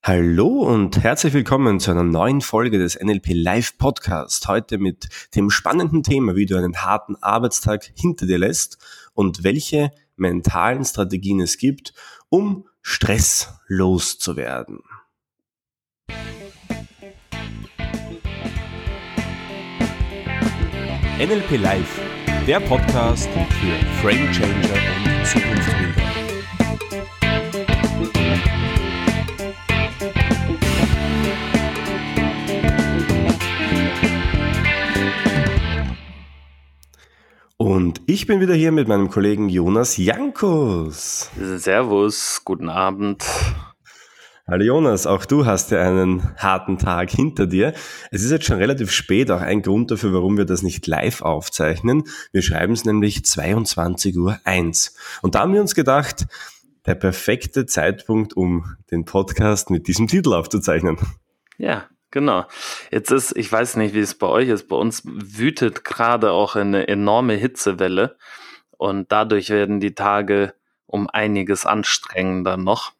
Hallo und herzlich willkommen zu einer neuen Folge des NLP Live Podcast. Heute mit dem spannenden Thema, wie du einen harten Arbeitstag hinter dir lässt und welche mentalen Strategien es gibt, um Stress loszuwerden. NLP Live, der Podcast für Frame Changer und Zukunftsbilder. Und ich bin wieder hier mit meinem Kollegen Jonas Jankus. Servus, guten Abend. Hallo Jonas, auch du hast ja einen harten Tag hinter dir. Es ist jetzt schon relativ spät, auch ein Grund dafür, warum wir das nicht live aufzeichnen. Wir schreiben es nämlich 22:01 Uhr. Und da haben wir uns gedacht, der perfekte Zeitpunkt, um den Podcast mit diesem Titel aufzuzeichnen. Ja, genau. Ich weiß nicht, wie es bei euch ist, bei uns wütet gerade auch eine enorme Hitzewelle und dadurch werden die Tage um einiges anstrengender noch.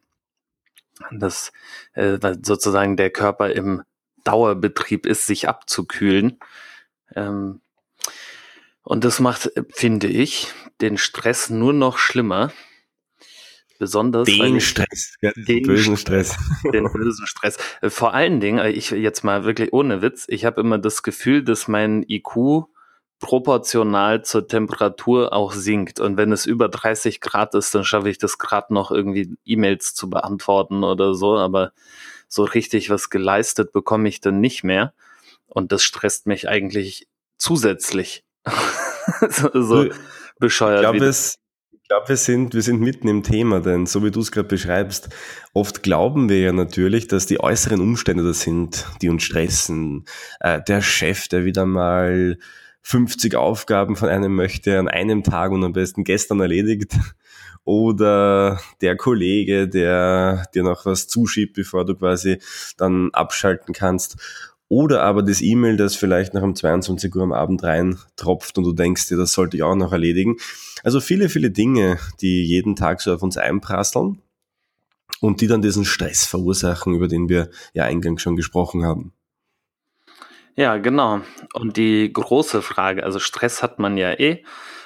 Weil sozusagen der Körper im Dauerbetrieb ist, sich abzukühlen. Und das macht, finde ich, den Stress nur noch schlimmer. Besonders den bösen Stress. Den bösen Stress. Vor allen Dingen, ich jetzt mal wirklich ohne Witz, ich habe immer das Gefühl, dass mein IQ proportional zur Temperatur auch sinkt. Und wenn es über 30 Grad ist, dann schaffe ich das gerade noch irgendwie E-Mails zu beantworten oder so. Aber so richtig was geleistet bekomme ich dann nicht mehr. Und das stresst mich eigentlich zusätzlich. so bescheuert. Ich glaube, wir sind mitten im Thema, denn so wie du es gerade beschreibst, oft glauben wir ja natürlich, dass die äußeren Umstände das sind, die uns stressen. Der Chef, der wieder mal 50 Aufgaben von einem möchte an einem Tag und am besten gestern erledigt. Oder der Kollege, der dir noch was zuschiebt, bevor du quasi dann abschalten kannst. Oder aber das E-Mail, das vielleicht nach um 22 Uhr am Abend reintropft und du denkst dir, das sollte ich auch noch erledigen. Also viele, viele Dinge, die jeden Tag so auf uns einprasseln und die dann diesen Stress verursachen, über den wir ja eingangs schon gesprochen haben. Ja, genau. Und die große Frage, also Stress hat man ja die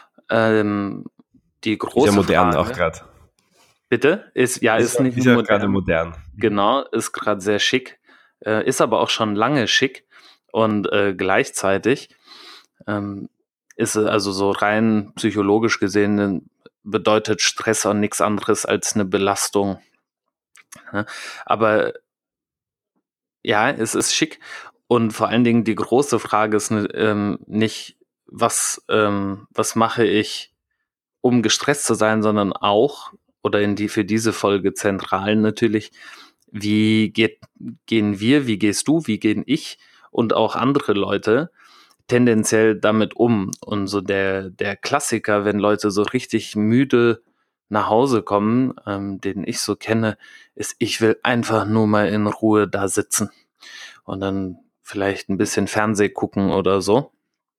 große ist ja modern Frage, auch gerade. Bitte? Ist nicht nur gerade modern. Genau, ist gerade sehr schick. Ist aber auch schon lange schick. Und gleichzeitig ist es also so rein psychologisch gesehen bedeutet Stress auch nichts anderes als eine Belastung. Ja, aber ja, es ist schick. Und vor allen Dingen die große Frage ist nicht, was mache ich, um gestresst zu sein, sondern auch, oder für diese Folge zentral natürlich, wie gehen wir, wie gehst du, wie gehen ich und auch andere Leute tendenziell damit um. Und so der Klassiker, wenn Leute so richtig müde nach Hause kommen, den ich so kenne, ist, ich will einfach nur mal in Ruhe da sitzen und dann vielleicht ein bisschen Fernseh gucken oder so.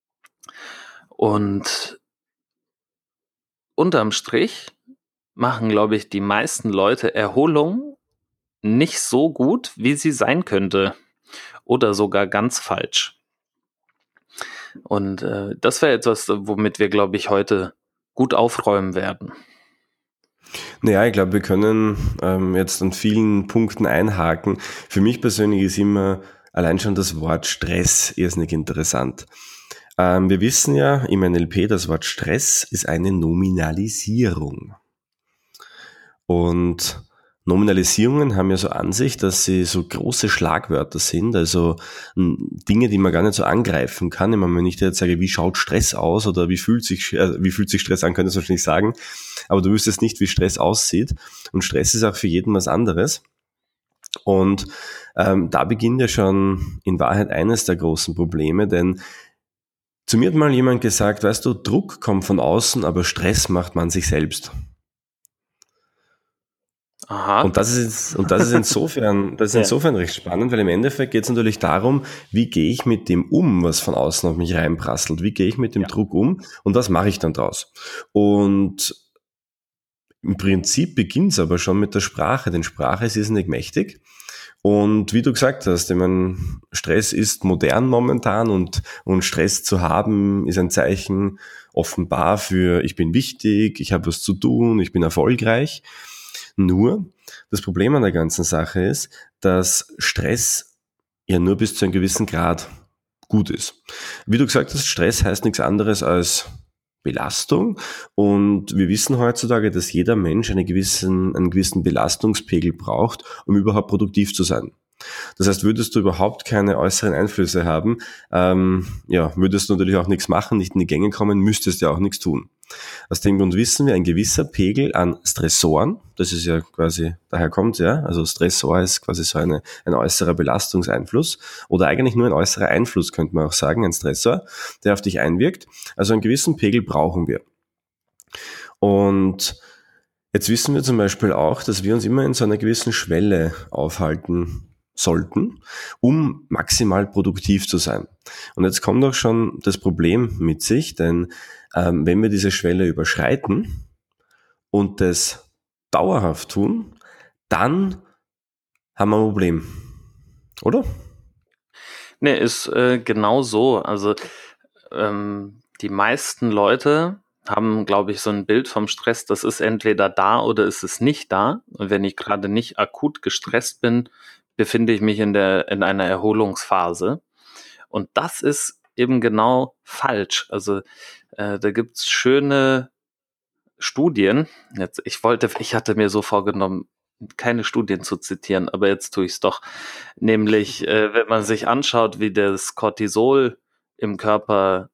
Und unterm Strich machen, glaube ich, die meisten Leute Erholung nicht so gut, wie sie sein könnte. Oder sogar ganz falsch. Und das wäre etwas, womit wir, glaube ich, heute gut aufräumen werden. Naja, ich glaube, wir können jetzt an vielen Punkten einhaken. Für mich persönlich ist immer allein schon das Wort Stress irrsinnig interessant. Wir wissen ja im NLP, das Wort Stress ist eine Nominalisierung. Und Nominalisierungen haben ja so an sich, dass sie so große Schlagwörter sind, also Dinge, die man gar nicht so angreifen kann. Ich meine, wenn ich dir jetzt sage, wie schaut Stress aus oder wie fühlt sich Stress an, könnte ich wahrscheinlich sagen, aber du wüsstest nicht, wie Stress aussieht. Und Stress ist auch für jeden was anderes. Und da beginnt ja schon in Wahrheit eines der großen Probleme, denn zu mir hat mal jemand gesagt, weißt du, Druck kommt von außen, aber Stress macht man sich selbst. Aha. Und das ist insofern recht spannend, weil im Endeffekt geht es natürlich darum, wie gehe ich mit dem um, was von außen auf mich reinprasselt, wie gehe ich mit dem Druck um und was mache ich dann draus? Und im Prinzip beginnt es aber schon mit der Sprache, denn Sprache ist irrsinnig mächtig Und wie du gesagt hast, ich meine, Stress ist modern momentan und Stress zu haben ist ein Zeichen offenbar für ich bin wichtig, ich habe was zu tun, ich bin erfolgreich. Nur, das Problem an der ganzen Sache ist, dass Stress ja nur bis zu einem gewissen Grad gut ist. Wie du gesagt hast, Stress heißt nichts anderes als Belastung und wir wissen heutzutage, dass jeder Mensch einen gewissen Belastungspegel braucht, um überhaupt produktiv zu sein. Das heißt, würdest du überhaupt keine äußeren Einflüsse haben, würdest du natürlich auch nichts machen, nicht in die Gänge kommen, müsstest ja auch nichts tun. Aus dem Grund wissen wir, ein gewisser Pegel an Stressoren, das ist ja quasi, daher kommt ja, also Stressor ist quasi so ein äußerer Belastungseinfluss oder eigentlich nur ein äußerer Einfluss, könnte man auch sagen, ein Stressor, der auf dich einwirkt. Also einen gewissen Pegel brauchen wir. Und jetzt wissen wir zum Beispiel auch, dass wir uns immer in so einer gewissen Schwelle aufhalten sollten, um maximal produktiv zu sein. Und jetzt kommt auch schon das Problem mit sich, denn wenn wir diese Schwelle überschreiten und das dauerhaft tun, dann haben wir ein Problem, oder? Nee, ist genau so. Also die meisten Leute haben, glaube ich, so ein Bild vom Stress, das ist entweder da oder ist es nicht da. Und wenn ich gerade nicht akut gestresst bin, befinde ich mich in einer Erholungsphase. Und das ist eben genau falsch. Also da gibt's schöne Studien. Ich hatte mir so vorgenommen, keine Studien zu zitieren, aber jetzt tue ich es doch. Nämlich, wenn man sich anschaut, wie das Cortisol im Körper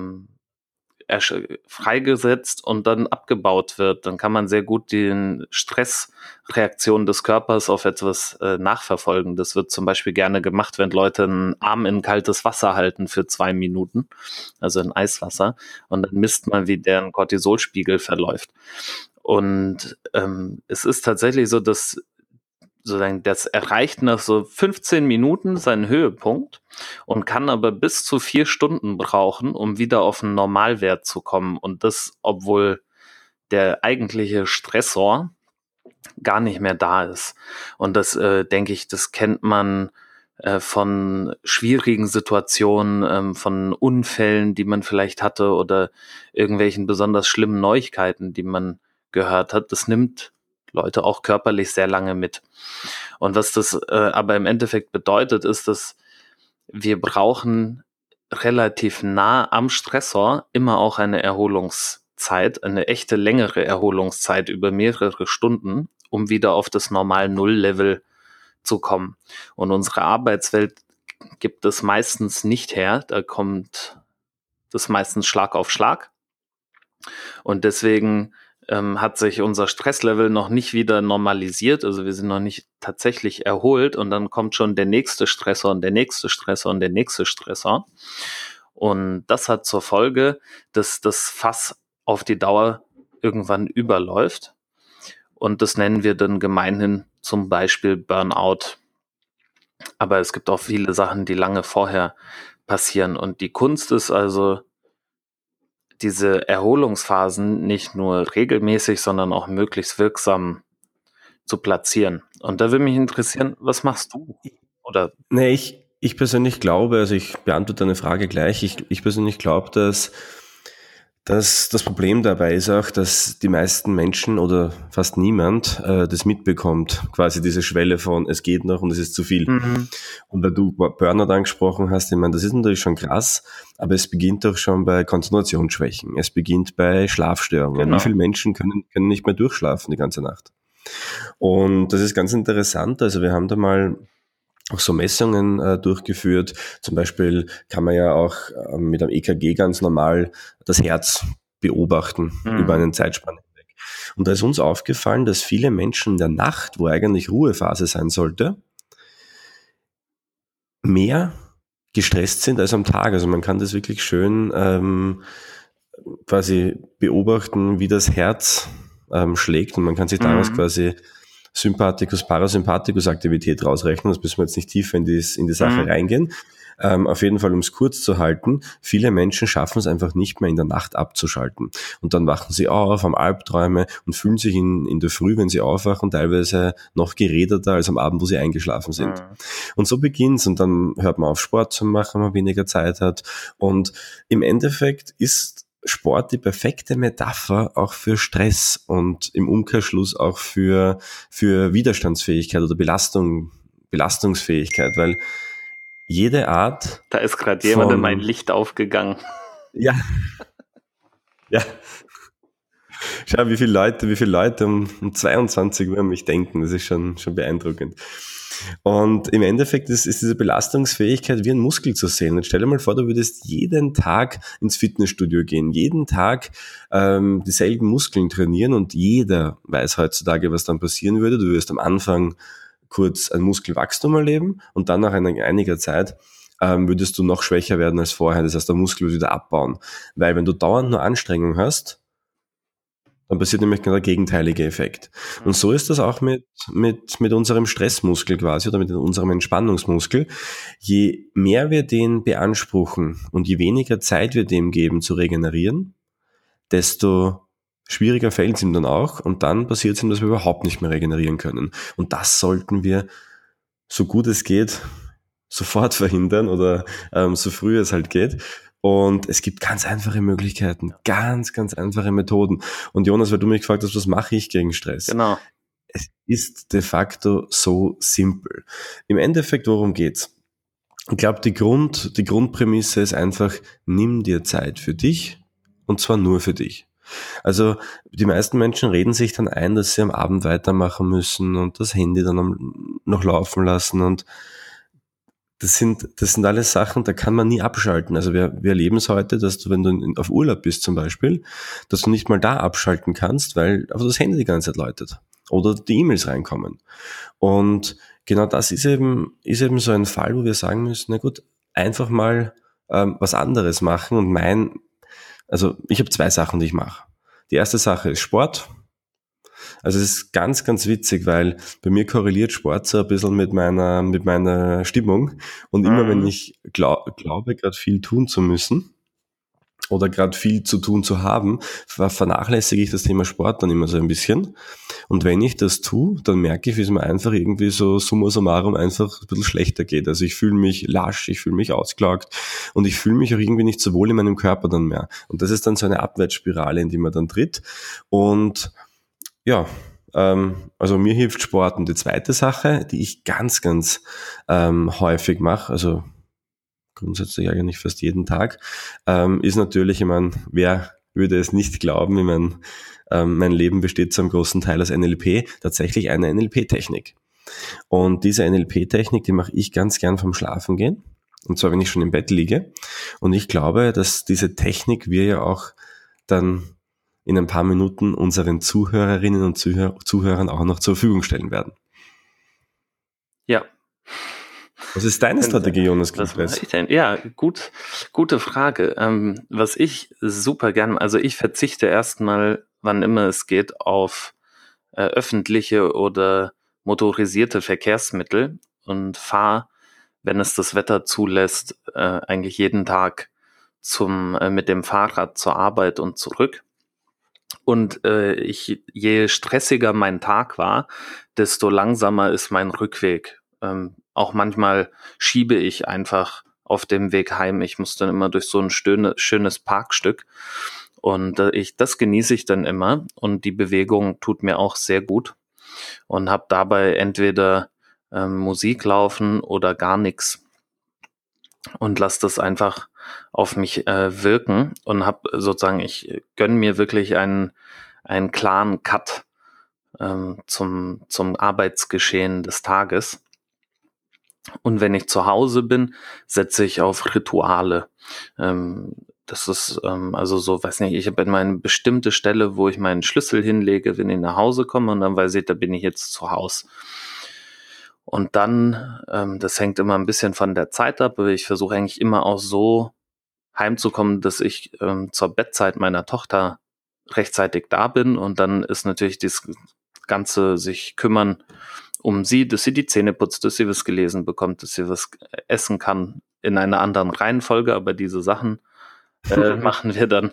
freigesetzt und dann abgebaut wird, dann kann man sehr gut die Stressreaktion des Körpers auf etwas nachverfolgen. Das wird zum Beispiel gerne gemacht, wenn Leute einen Arm in kaltes Wasser halten für 2 Minuten, also in Eiswasser, und dann misst man, wie deren Cortisolspiegel verläuft. Und es ist tatsächlich so, dass sozusagen das erreicht nach so 15 Minuten seinen Höhepunkt und kann aber bis zu 4 Stunden brauchen, um wieder auf einen Normalwert zu kommen. Und das, obwohl der eigentliche Stressor gar nicht mehr da ist. Und das, denke ich, das kennt man von schwierigen Situationen, von Unfällen, die man vielleicht hatte oder irgendwelchen besonders schlimmen Neuigkeiten, die man gehört hat. Das nimmt Leute auch körperlich sehr lange mit. Und was das aber im Endeffekt bedeutet, ist, dass wir brauchen relativ nah am Stressor immer auch eine Erholungszeit, eine echte längere Erholungszeit über mehrere Stunden, um wieder auf das normal Null-Level zu kommen. Und unsere Arbeitswelt gibt es meistens nicht her. Da kommt das meistens Schlag auf Schlag. Und deswegen hat sich unser Stresslevel noch nicht wieder normalisiert, also wir sind noch nicht tatsächlich erholt und dann kommt schon der nächste Stressor und der nächste Stressor und der nächste Stressor. Und das hat zur Folge, dass das Fass auf die Dauer irgendwann überläuft. Und das nennen wir dann gemeinhin zum Beispiel Burnout. Aber es gibt auch viele Sachen, die lange vorher passieren. Und die Kunst ist also, diese Erholungsphasen nicht nur regelmäßig, sondern auch möglichst wirksam zu platzieren. Und da würde mich interessieren, was machst du? Oder Nee, ich persönlich glaube, also ich beantworte deine Frage gleich, ich persönlich glaube, dass das Problem dabei ist auch, dass die meisten Menschen oder fast niemand das mitbekommt, quasi diese Schwelle von es geht noch und es ist zu viel. Und weil du Burnout angesprochen hast, ich meine, das ist natürlich schon krass, aber es beginnt doch schon bei Konzentrationsschwächen, es beginnt bei Schlafstörungen. Genau. Wie viele Menschen können nicht mehr durchschlafen die ganze Nacht? Und das ist ganz interessant, also wir haben da mal auch so Messungen durchgeführt. Zum Beispiel kann man ja auch mit einem EKG ganz normal das Herz beobachten über einen Zeitspanne hinweg. Und da ist uns aufgefallen, dass viele Menschen in der Nacht, wo eigentlich Ruhephase sein sollte, mehr gestresst sind als am Tag. Also man kann das wirklich schön quasi beobachten, wie das Herz schlägt und man kann sich daraus quasi Sympathikus, Parasympathikus Aktivität rausrechnen. Das müssen wir jetzt nicht tiefer in die Sache reingehen. Auf jeden Fall, um es kurz zu halten, viele Menschen schaffen es einfach nicht mehr in der Nacht abzuschalten. Und dann wachen sie auf, haben Albträume und fühlen sich in der Früh, wenn sie aufwachen, teilweise noch geräderter als am Abend, wo sie eingeschlafen sind. Und so beginnt's und dann hört man auf, Sport zu machen, wenn man weniger Zeit hat. Und im Endeffekt ist Sport die perfekte Metapher auch für Stress und im Umkehrschluss auch für Widerstandsfähigkeit oder Belastungsfähigkeit, weil jede Art Da ist gerade jemand in mein Licht aufgegangen. ja, ja. Schau, wie viele Leute um 22 Uhr an mich denken, das ist schon beeindruckend. Und im Endeffekt ist diese Belastungsfähigkeit wie ein Muskel zu sehen. Und stell dir mal vor, du würdest jeden Tag ins Fitnessstudio gehen, jeden Tag dieselben Muskeln trainieren und jeder weiß heutzutage, was dann passieren würde. Du wirst am Anfang kurz ein Muskelwachstum erleben und dann nach einiger Zeit würdest du noch schwächer werden als vorher. Das heißt, der Muskel wird wieder abbauen. Weil wenn du dauernd nur Anstrengung hast, dann passiert nämlich genau der gegenteilige Effekt. Und so ist das auch mit unserem Stressmuskel quasi oder mit unserem Entspannungsmuskel. Je mehr wir den beanspruchen und je weniger Zeit wir dem geben zu regenerieren, desto schwieriger fällt es ihm dann auch und dann passiert es ihm, dass wir überhaupt nicht mehr regenerieren können. Und das sollten wir, so gut es geht, sofort verhindern oder so früh es halt geht. Und es gibt ganz einfache Möglichkeiten, ganz einfache Methoden. Und Jonas, weil du mich gefragt hast, was mache ich gegen Stress? Genau. Es ist de facto so simpel. Im Endeffekt, worum geht's? Ich glaube, die Grundprämisse ist einfach, nimm dir Zeit für dich und zwar nur für dich. Also die meisten Menschen reden sich dann ein, dass sie am Abend weitermachen müssen und das Handy dann noch laufen lassen und das sind alles Sachen, da kann man nie abschalten. Also wir erleben es heute, dass du, wenn du auf Urlaub bist zum Beispiel, dass du nicht mal da abschalten kannst, weil einfach das Handy die ganze Zeit läutet oder die E-Mails reinkommen. Und genau das ist eben so ein Fall, wo wir sagen müssen, na gut, einfach mal was anderes machen. Und also ich habe 2 Sachen, die ich mache. Die erste Sache ist Sport. Also es ist ganz witzig, weil bei mir korreliert Sport so ein bisschen mit meiner Stimmung. Und immer wenn ich glaube, gerade viel tun zu müssen oder gerade viel zu tun zu haben, vernachlässige ich das Thema Sport dann immer so ein bisschen. Und wenn ich das tue, dann merke ich, wie es mir einfach irgendwie so summa summarum einfach ein bisschen schlechter geht. Also ich fühle mich lasch, ich fühle mich ausgelaugt und ich fühle mich auch irgendwie nicht so wohl in meinem Körper dann mehr. Und das ist dann so eine Abwärtsspirale, in die man dann tritt. Und ja, also mir hilft Sport. Und die zweite Sache, die ich ganz häufig mache, also grundsätzlich eigentlich fast jeden Tag, ist natürlich, ich meine, wer würde es nicht glauben, ich meine, mein Leben besteht zu einem großen Teil aus NLP, tatsächlich eine NLP-Technik. Und diese NLP-Technik, die mache ich ganz gern vom Schlafengehen. Und zwar, wenn ich schon im Bett liege. Und ich glaube, dass diese Technik wir ja auch dann in ein paar Minuten unseren Zuhörerinnen und Zuhörern auch noch zur Verfügung stellen werden. Ja. Was ist deine Strategie, Jonas? Was mache ich denn? Ja, gute Frage. Was ich super gerne, also ich verzichte erstmal, wann immer es geht, auf öffentliche oder motorisierte Verkehrsmittel und fahre, wenn es das Wetter zulässt, eigentlich jeden Tag mit dem Fahrrad zur Arbeit und zurück. Und je stressiger mein Tag war, desto langsamer ist mein Rückweg. Auch manchmal schiebe ich einfach auf dem Weg heim. Ich muss dann immer durch so ein schönes Parkstück. Und das genieße ich dann immer. Und die Bewegung tut mir auch sehr gut. Und habe dabei entweder Musik laufen oder gar nichts. Und lasse das einfach auf mich wirken. Und habe sozusagen, ich gönne mir wirklich einen klaren Cut zum Arbeitsgeschehen des Tages. Und wenn ich zu Hause bin, setze ich auf Rituale. Das ist also so, weiß nicht, ich habe immer eine bestimmte Stelle, wo ich meinen Schlüssel hinlege, wenn ich nach Hause komme und dann weiß ich, da bin ich jetzt zu Hause. Und dann, das hängt immer ein bisschen von der Zeit ab, aber ich versuche eigentlich immer auch so heimzukommen, dass ich zur Bettzeit meiner Tochter rechtzeitig da bin und dann ist natürlich das Ganze sich kümmern um sie, dass sie die Zähne putzt, dass sie was gelesen bekommt, dass sie was essen kann, in einer anderen Reihenfolge, aber diese Sachen machen wir dann.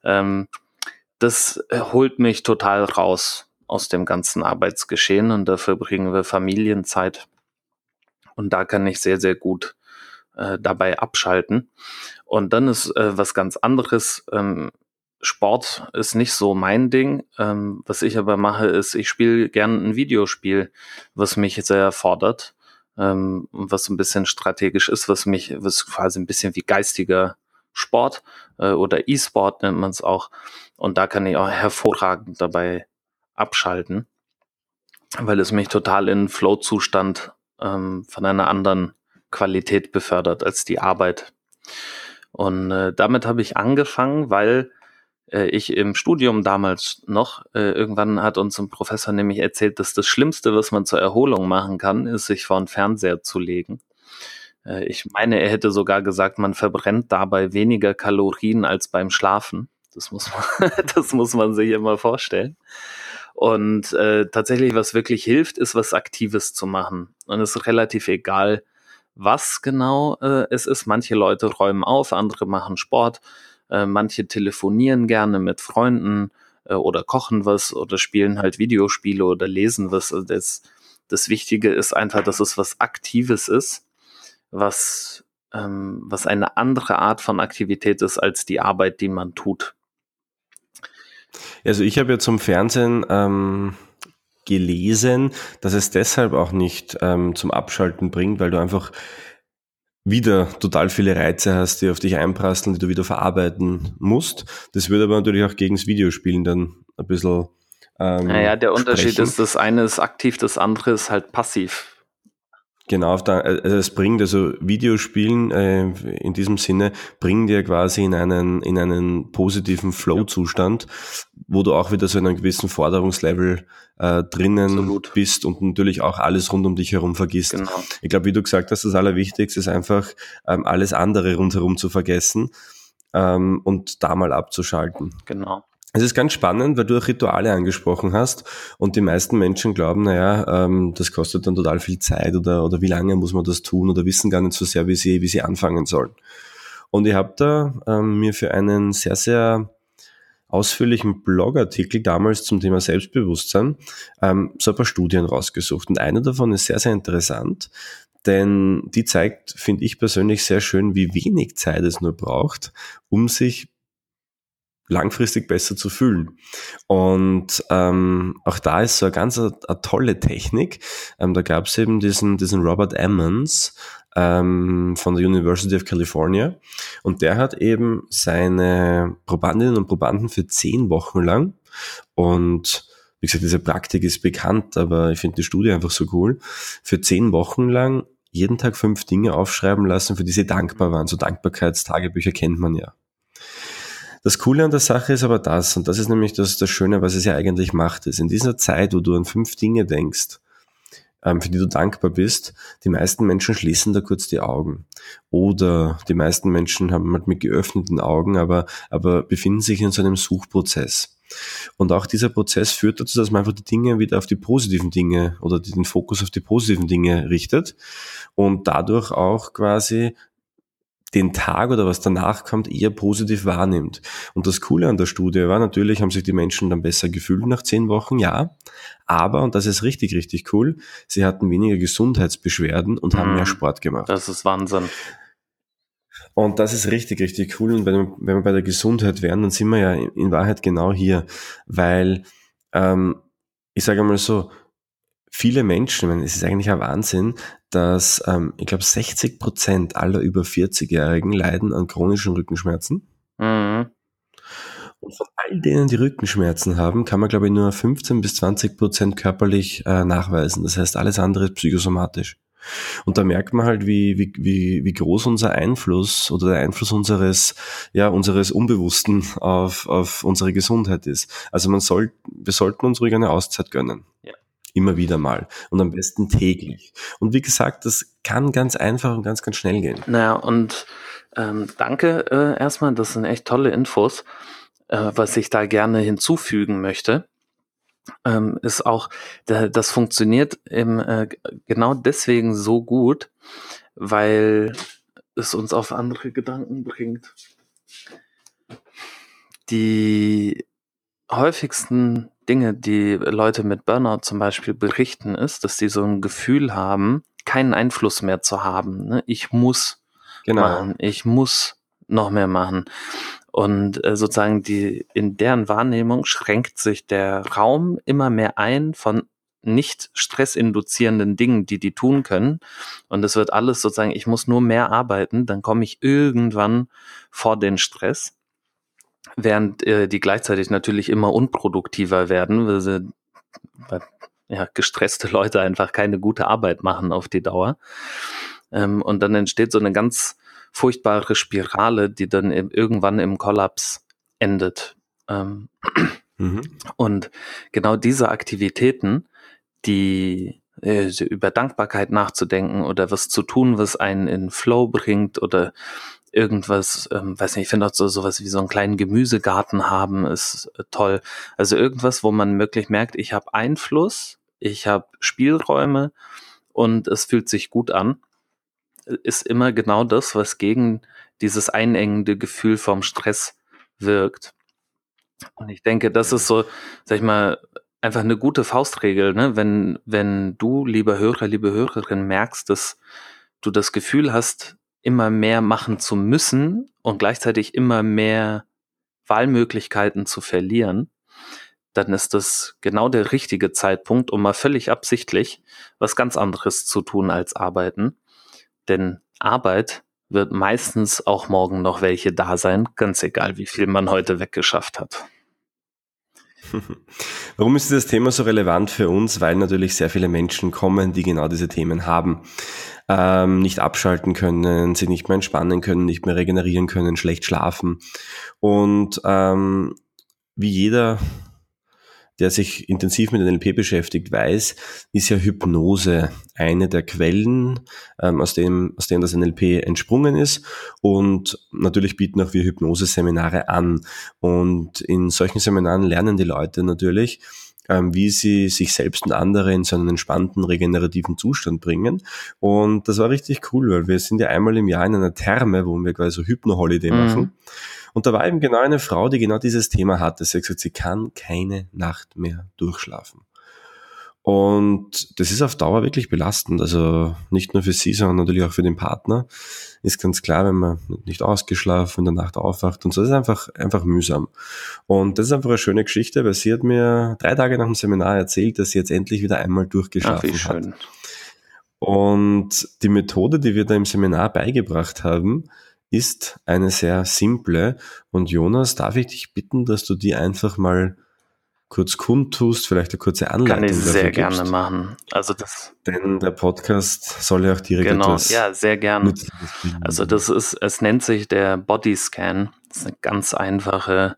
Das holt mich total raus aus dem ganzen Arbeitsgeschehen und dafür bringen wir Familienzeit. Und da kann ich sehr, sehr gut dabei abschalten. Und dann ist was ganz anderes. Sport ist nicht so mein Ding. Was ich aber mache, ist, ich spiele gern ein Videospiel, was mich sehr fordert, was ein bisschen strategisch ist, was quasi ein bisschen wie geistiger Sport oder E-Sport nennt man es auch. Und da kann ich auch hervorragend dabei abschalten, weil es mich total in Flow-Zustand von einer anderen Qualität befördert als die Arbeit. Und damit habe ich angefangen, weil ich im Studium damals noch, irgendwann hat uns ein Professor nämlich erzählt, dass das Schlimmste, was man zur Erholung machen kann, ist, sich vor den Fernseher zu legen. Ich meine, er hätte sogar gesagt, man verbrennt dabei weniger Kalorien als beim Schlafen. Das muss man sich immer vorstellen. Und tatsächlich, was wirklich hilft, ist, was Aktives zu machen. Und es ist relativ egal, was genau es ist. Manche Leute räumen auf, andere machen Sport, manche telefonieren gerne mit Freunden oder kochen was oder spielen halt Videospiele oder lesen was. Also das Wichtige ist einfach, dass es was Aktives ist, was eine andere Art von Aktivität ist als die Arbeit, die man tut. Also ich habe ja zum Fernsehen gelesen, dass es deshalb auch nicht zum Abschalten bringt, weil du einfach wieder total viele Reize hast, die auf dich einprasseln, die du wieder verarbeiten musst. Das würde aber natürlich auch gegen das Videospielen dann ein bisschen Naja, der Unterschied sprechen. ist, das eine ist aktiv, das andere ist halt passiv. Genau, also es bringt, also Videospielen in diesem Sinne bringen dir quasi in einen positiven Flow-Zustand, wo du auch wieder so in einem gewissen Forderungslevel drinnen Absolut. bist und natürlich auch alles rund um dich herum vergisst. Genau. Ich glaube, wie du gesagt hast, das Allerwichtigste ist einfach, alles andere rundherum zu vergessen und da mal abzuschalten. Genau. Es ist ganz spannend, weil du auch Rituale angesprochen hast und die meisten Menschen glauben, naja, das kostet dann total viel Zeit oder wie lange muss man das tun oder wissen gar nicht so sehr, wie sie anfangen sollen. Und ich habe da mir für einen sehr, sehr ausführlichen Blogartikel damals zum Thema Selbstbewusstsein so ein paar Studien rausgesucht. Und eine davon ist sehr, sehr interessant, denn die zeigt, finde ich persönlich sehr schön, wie wenig Zeit es nur braucht, um sich langfristig besser zu fühlen. Und auch da ist so eine ganz eine tolle Technik. Da gab es eben diesen Robert Emmons von der University of California und der hat eben seine Probandinnen und Probanden für 10 Wochen lang und wie gesagt, diese Praktik ist bekannt, aber ich finde die Studie einfach so cool, für 10 Wochen lang jeden Tag 5 Dinge aufschreiben lassen, für die sie dankbar waren. So Dankbarkeitstagebücher kennt man ja. Das Coole an der Sache ist aber das, und das ist nämlich das Schöne, was es ja eigentlich macht, ist in dieser Zeit, wo du an 5 Dinge denkst, für die du dankbar bist, die meisten Menschen schließen da kurz die Augen. Oder die meisten Menschen haben halt mit geöffneten Augen, aber befinden sich in so einem Suchprozess. Und auch dieser Prozess führt dazu, dass man einfach die Dinge wieder auf die positiven Dinge oder den Fokus auf die positiven Dinge richtet und dadurch auch quasi den Tag oder was danach kommt, eher positiv wahrnimmt. Und das Coole an der Studie war, natürlich haben sich die Menschen dann besser gefühlt nach 10 Wochen, ja. Aber, und das ist richtig, richtig cool, sie hatten weniger Gesundheitsbeschwerden und haben mehr Sport gemacht. Das ist Wahnsinn. Und das ist richtig, richtig cool. Und wenn wir bei der Gesundheit wären, dann sind wir ja in Wahrheit genau hier. Weil, ich sage mal so, viele Menschen, ich meine, es ist eigentlich ein Wahnsinn, dass ich glaube 60% aller über 40-Jährigen leiden an chronischen Rückenschmerzen. Mhm. Und von all denen, die Rückenschmerzen haben, kann man glaube ich nur 15-20% körperlich nachweisen. Das heißt, alles andere ist psychosomatisch. Und da merkt man halt, wie groß unser Einfluss oder der Einfluss unseres Unbewussten auf unsere Gesundheit ist. Also wir sollten uns ruhig eine Auszeit gönnen. Ja. Immer wieder mal. Und am besten täglich. Und wie gesagt, das kann ganz einfach und ganz, ganz schnell gehen. Naja, und danke erstmal, das sind echt tolle Infos. Was ich da gerne hinzufügen möchte, ist auch, das funktioniert genau deswegen so gut, weil es uns auf andere Gedanken bringt. Die häufigsten Dinge, die Leute mit Burnout zum Beispiel berichten, ist, dass sie so ein Gefühl haben, keinen Einfluss mehr zu haben. Ne? Ich muss machen, ich muss noch mehr machen. Und sozusagen in deren Wahrnehmung schränkt sich der Raum immer mehr ein von nicht stressinduzierenden Dingen, die tun können. Und es wird alles sozusagen, ich muss nur mehr arbeiten, dann komme ich irgendwann vor den Stress. Während die gleichzeitig natürlich immer unproduktiver werden, weil gestresste Leute einfach keine gute Arbeit machen auf die Dauer. Und dann entsteht so eine ganz furchtbare Spirale, die dann irgendwann im Kollaps endet. Und genau diese Aktivitäten, die über Dankbarkeit nachzudenken oder was zu tun, was einen in Flow bringt oder irgendwas, weiß nicht, ich finde auch sowas wie so einen kleinen Gemüsegarten haben, ist toll. Also irgendwas, wo man wirklich merkt, ich habe Einfluss, ich habe Spielräume und es fühlt sich gut an, ist immer genau das, was gegen dieses einengende Gefühl vom Stress wirkt. Und ich denke, das ist so, sag ich mal, einfach eine gute Faustregel, ne? Wenn du, lieber Hörer, liebe Hörerin, merkst, dass du das Gefühl hast, immer mehr machen zu müssen und gleichzeitig immer mehr Wahlmöglichkeiten zu verlieren, dann ist das genau der richtige Zeitpunkt, um mal völlig absichtlich was ganz anderes zu tun als arbeiten. Denn Arbeit wird meistens auch morgen noch welche da sein, ganz egal, wie viel man heute weggeschafft hat. Warum ist dieses Thema so relevant für uns? Weil natürlich sehr viele Menschen kommen, die genau diese Themen haben. Nicht abschalten können, sich nicht mehr entspannen können, nicht mehr regenerieren können, schlecht schlafen. Und wie jeder, der sich intensiv mit NLP beschäftigt, weiß, ist ja Hypnose eine der Quellen, aus dem das NLP entsprungen ist. Und natürlich bieten auch wir Hypnose-Seminare an. Und in solchen Seminaren lernen die Leute natürlich, wie sie sich selbst und andere in so einen entspannten, regenerativen Zustand bringen. Und das war richtig cool, weil wir sind ja einmal im Jahr in einer Therme, wo wir quasi so Hypno-Holiday machen. Und da war eben genau eine Frau, die genau dieses Thema hatte. Sie hat gesagt, sie kann keine Nacht mehr durchschlafen. Und das ist auf Dauer wirklich belastend. Also nicht nur für sie, sondern natürlich auch für den Partner. Ist ganz klar, wenn man nicht ausgeschlafen in der Nacht aufwacht und so, das ist einfach mühsam. Und das ist einfach eine schöne Geschichte, weil sie hat mir 3 Tage nach dem Seminar erzählt, dass sie jetzt endlich wieder einmal durchgeschlafen hat. Und die Methode, die wir da im Seminar beigebracht haben, ist eine sehr simple. Und Jonas, darf ich dich bitten, dass du die einfach mal kurz kundtust, vielleicht eine kurze Anleitung dafür gibst? Kann ich sehr gibst. gerne machen. Denn der Podcast soll ja auch direkt etwas sehr gerne. Also es nennt sich der Bodyscan. Das ist eine ganz einfache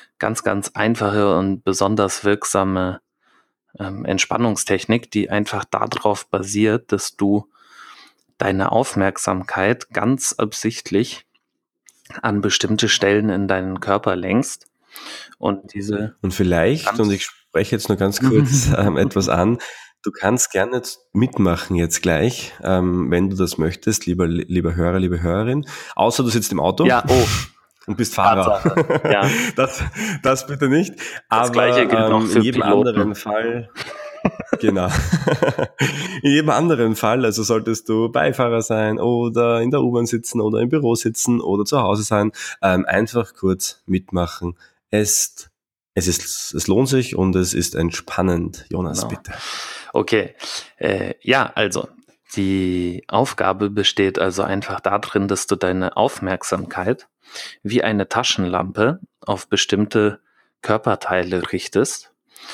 und besonders wirksame Entspannungstechnik, die einfach darauf basiert, dass du deine Aufmerksamkeit ganz absichtlich an bestimmte Stellen in deinen Körper lenkst. Und vielleicht, und ich spreche jetzt nur ganz kurz etwas an, du kannst gerne mitmachen jetzt gleich, wenn du das möchtest, lieber Hörer, liebe Hörerin, außer du sitzt im Auto. Ja, und bist Fahrer. Ja. Das bitte nicht. Das Gleiche gilt noch für in jedem Piloten. anderen Fall. Genau. In jedem anderen Fall, also solltest du Beifahrer sein oder in der U-Bahn sitzen oder im Büro sitzen oder zu Hause sein, einfach kurz mitmachen. Es lohnt sich und es ist entspannend. Jonas, bitte. Okay. Also die Aufgabe besteht also einfach darin, dass du deine Aufmerksamkeit wie eine Taschenlampe auf bestimmte Körperteile richtest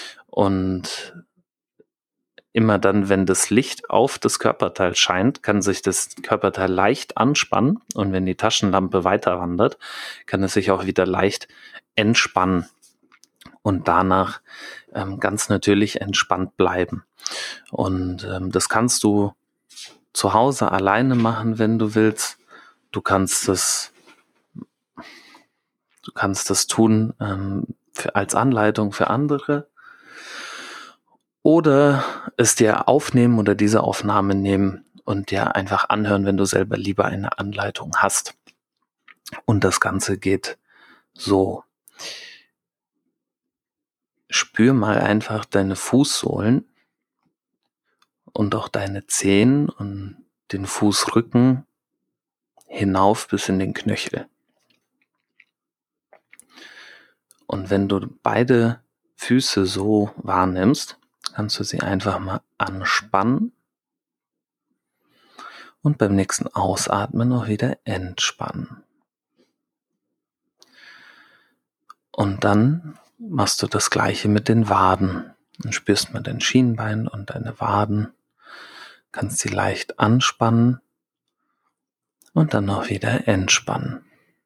und immer dann, wenn das Licht auf das Körperteil scheint, kann sich das Körperteil leicht anspannen und wenn die Taschenlampe weiter wandert, kann es sich auch wieder leicht entspannen und danach ganz natürlich entspannt bleiben. Und das kannst du zu Hause alleine machen, wenn du willst. Du kannst das tun als Anleitung für andere oder es dir aufnehmen oder diese Aufnahme nehmen und dir einfach anhören, wenn du selber lieber eine Anleitung hast. Und das Ganze geht so. Spür mal einfach deine Fußsohlen und auch deine Zehen und den Fußrücken hinauf bis in den Knöchel. Und wenn du beide Füße so wahrnimmst, kannst du sie einfach mal anspannen und beim nächsten Ausatmen auch wieder entspannen. Und dann machst du das Gleiche mit den Waden. Dann spürst mal dein Schienbein und deine Waden, kannst sie leicht anspannen und dann auch wieder entspannen.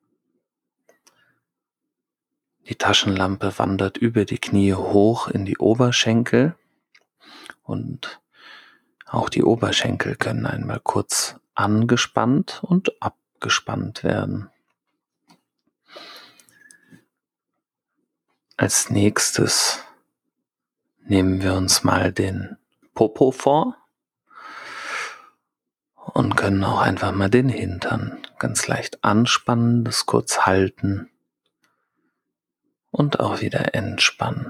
Die Taschenlampe wandert über die Knie hoch in die Oberschenkel und auch die Oberschenkel können einmal kurz angespannt und abgespannt werden. Als nächstes nehmen wir uns mal den Popo vor und können auch einfach mal den Hintern ganz leicht anspannen, das kurz halten und auch wieder entspannen.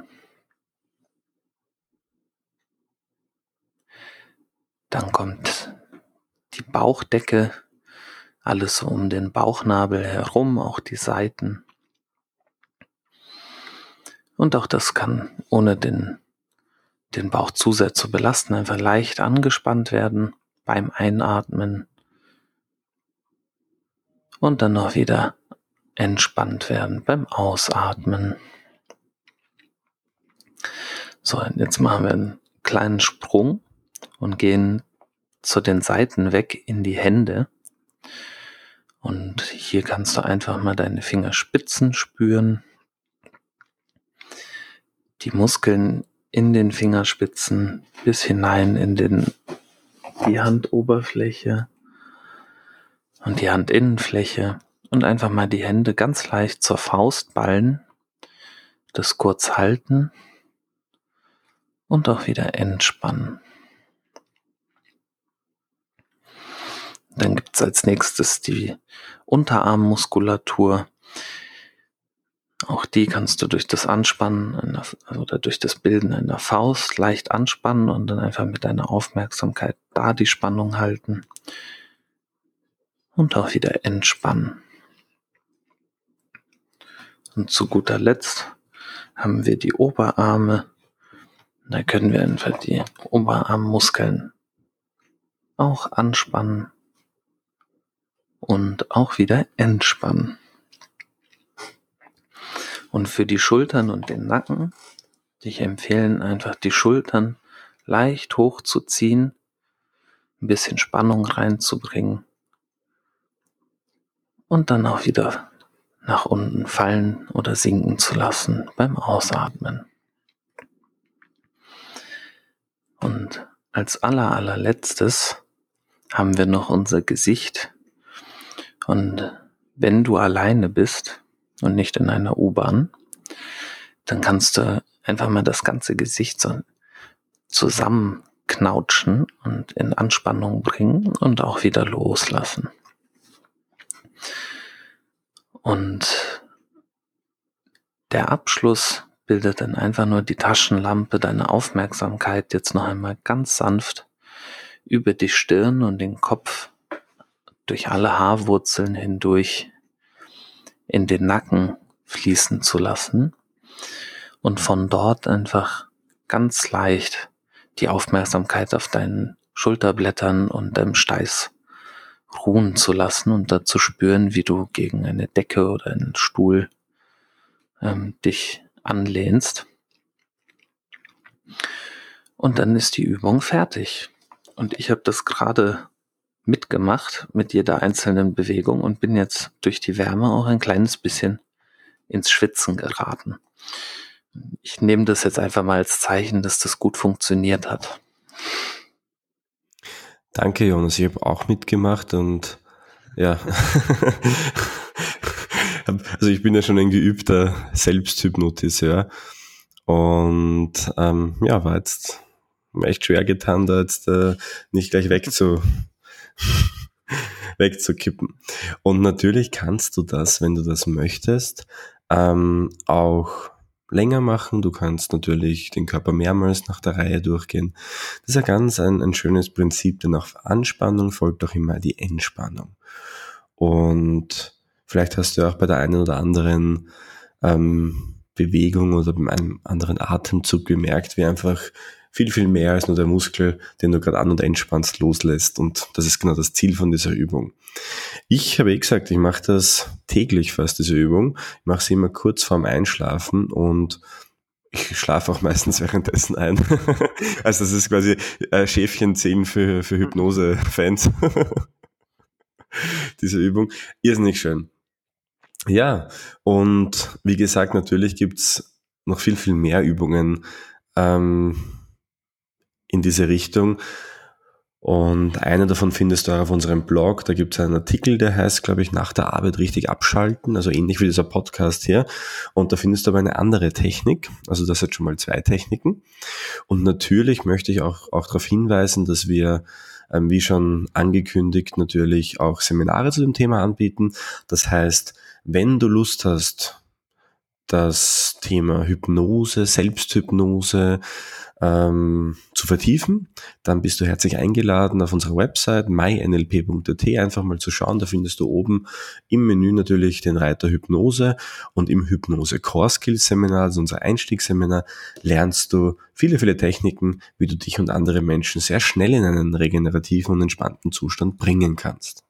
Dann kommt die Bauchdecke, alles so um den Bauchnabel herum, auch die Seiten. Und auch das kann, ohne den Bauch zu sehr zu belasten, einfach leicht angespannt werden beim Einatmen und dann auch wieder entspannt werden beim Ausatmen. So, jetzt machen wir einen kleinen Sprung und gehen zu den Seiten weg in die Hände. Und hier kannst du einfach mal deine Fingerspitzen spüren, die Muskeln in den Fingerspitzen bis hinein in die Handoberfläche und die Handinnenfläche und einfach mal die Hände ganz leicht zur Faust ballen, das kurz halten und auch wieder entspannen. Dann gibt es als nächstes die Unterarmmuskulatur. Auch die kannst du durch das Anspannen oder durch das Bilden einer Faust leicht anspannen und dann einfach mit deiner Aufmerksamkeit da die Spannung halten und auch wieder entspannen. Und zu guter Letzt haben wir die Oberarme. Da können wir einfach die Oberarmmuskeln auch anspannen und auch wieder entspannen. Und für die Schultern und den Nacken würde ich empfehlen, einfach die Schultern leicht hochzuziehen, ein bisschen Spannung reinzubringen und dann auch wieder nach unten fallen oder sinken zu lassen beim Ausatmen. Und als allerletztes haben wir noch unser Gesicht. Und wenn du alleine bist und nicht in einer U-Bahn, dann kannst du einfach mal das ganze Gesicht so zusammenknautschen und in Anspannung bringen und auch wieder loslassen. Und der Abschluss bildet dann einfach nur die Taschenlampe, deine Aufmerksamkeit jetzt noch einmal ganz sanft über die Stirn und den Kopf durch alle Haarwurzeln hindurch in den Nacken fließen zu lassen und von dort einfach ganz leicht die Aufmerksamkeit auf deinen Schulterblättern und deinem Steiß ruhen zu lassen und dazu spüren, wie du gegen eine Decke oder einen Stuhl dich anlehnst. Und dann ist die Übung fertig. Und ich habe das gerade mitgemacht mit jeder einzelnen Bewegung und bin jetzt durch die Wärme auch ein kleines bisschen ins Schwitzen geraten. Ich nehme das jetzt einfach mal als Zeichen, dass das gut funktioniert hat. Danke, Jonas. Ich habe auch mitgemacht und ja, also ich bin ja schon ein geübter Selbsthypnotiseur und war jetzt echt schwer getan, da jetzt nicht gleich wegzukippen. Und natürlich kannst du das, wenn du das möchtest, auch länger machen. Du kannst natürlich den Körper mehrmals nach der Reihe durchgehen. Das ist ja ganz ein schönes Prinzip, denn auf Anspannung folgt auch immer die Entspannung. Und vielleicht hast du auch bei der einen oder anderen Bewegung oder bei einem anderen Atemzug gemerkt, wie einfach viel, viel mehr als nur der Muskel, den du gerade an- und entspannst, loslässt. Und das ist genau das Ziel von dieser Übung. Ich habe gesagt, ich mache das täglich fast, diese Übung. Ich mache sie immer kurz vorm Einschlafen und ich schlafe auch meistens währenddessen ein. Also das ist quasi Schäfchen 10 für Hypnose-Fans. Diese Übung. Irrsinnig schön. Ja, und wie gesagt, natürlich gibt's noch viel, viel mehr Übungen in diese Richtung. Und eine davon findest du auch auf unserem Blog. Da gibt es einen Artikel, der heißt, glaube ich, nach der Arbeit richtig abschalten, also ähnlich wie dieser Podcast hier. Und da findest du aber eine andere Technik. Also das hat schon mal 2 Techniken. Und natürlich möchte ich auch darauf hinweisen, dass wir, wie schon angekündigt, natürlich auch Seminare zu dem Thema anbieten. Das heißt, wenn du Lust hast, das Thema Hypnose, Selbsthypnose zu vertiefen, dann bist du herzlich eingeladen, auf unserer Website mynlp.at einfach mal zu schauen. Da findest du oben im Menü natürlich den Reiter Hypnose und im Hypnose Core Skills Seminar, also unser Einstiegsseminar, lernst du viele, viele Techniken, wie du dich und andere Menschen sehr schnell in einen regenerativen und entspannten Zustand bringen kannst.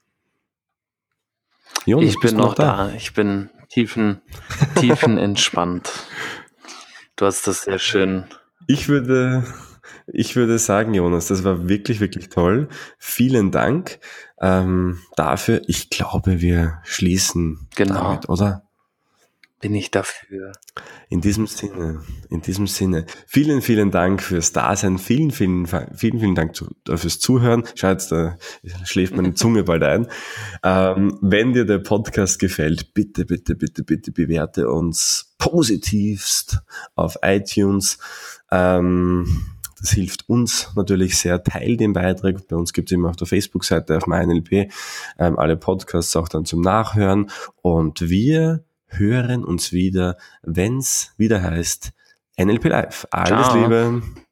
Jonas, ich bin noch da. Ich bin tiefenentspannt. Du hast das sehr schön. Ich würde sagen, Jonas, das war wirklich, wirklich toll. Vielen Dank dafür. Ich glaube, wir schließen damit, oder? Bin ich dafür. In diesem Sinne. Vielen, vielen Dank fürs Dasein. Vielen, vielen Dank fürs Zuhören. Schau, jetzt schläft meine Zunge bald ein. Wenn dir der Podcast gefällt, bitte bewerte uns positivst auf iTunes. Das hilft uns natürlich sehr. Teil den Beitrag. Bei uns gibt es immer auf der Facebook-Seite auf MyNLP alle Podcasts auch dann zum Nachhören. Und wir hören uns wieder, wenn's wieder heißt NLP Live. Alles Liebe.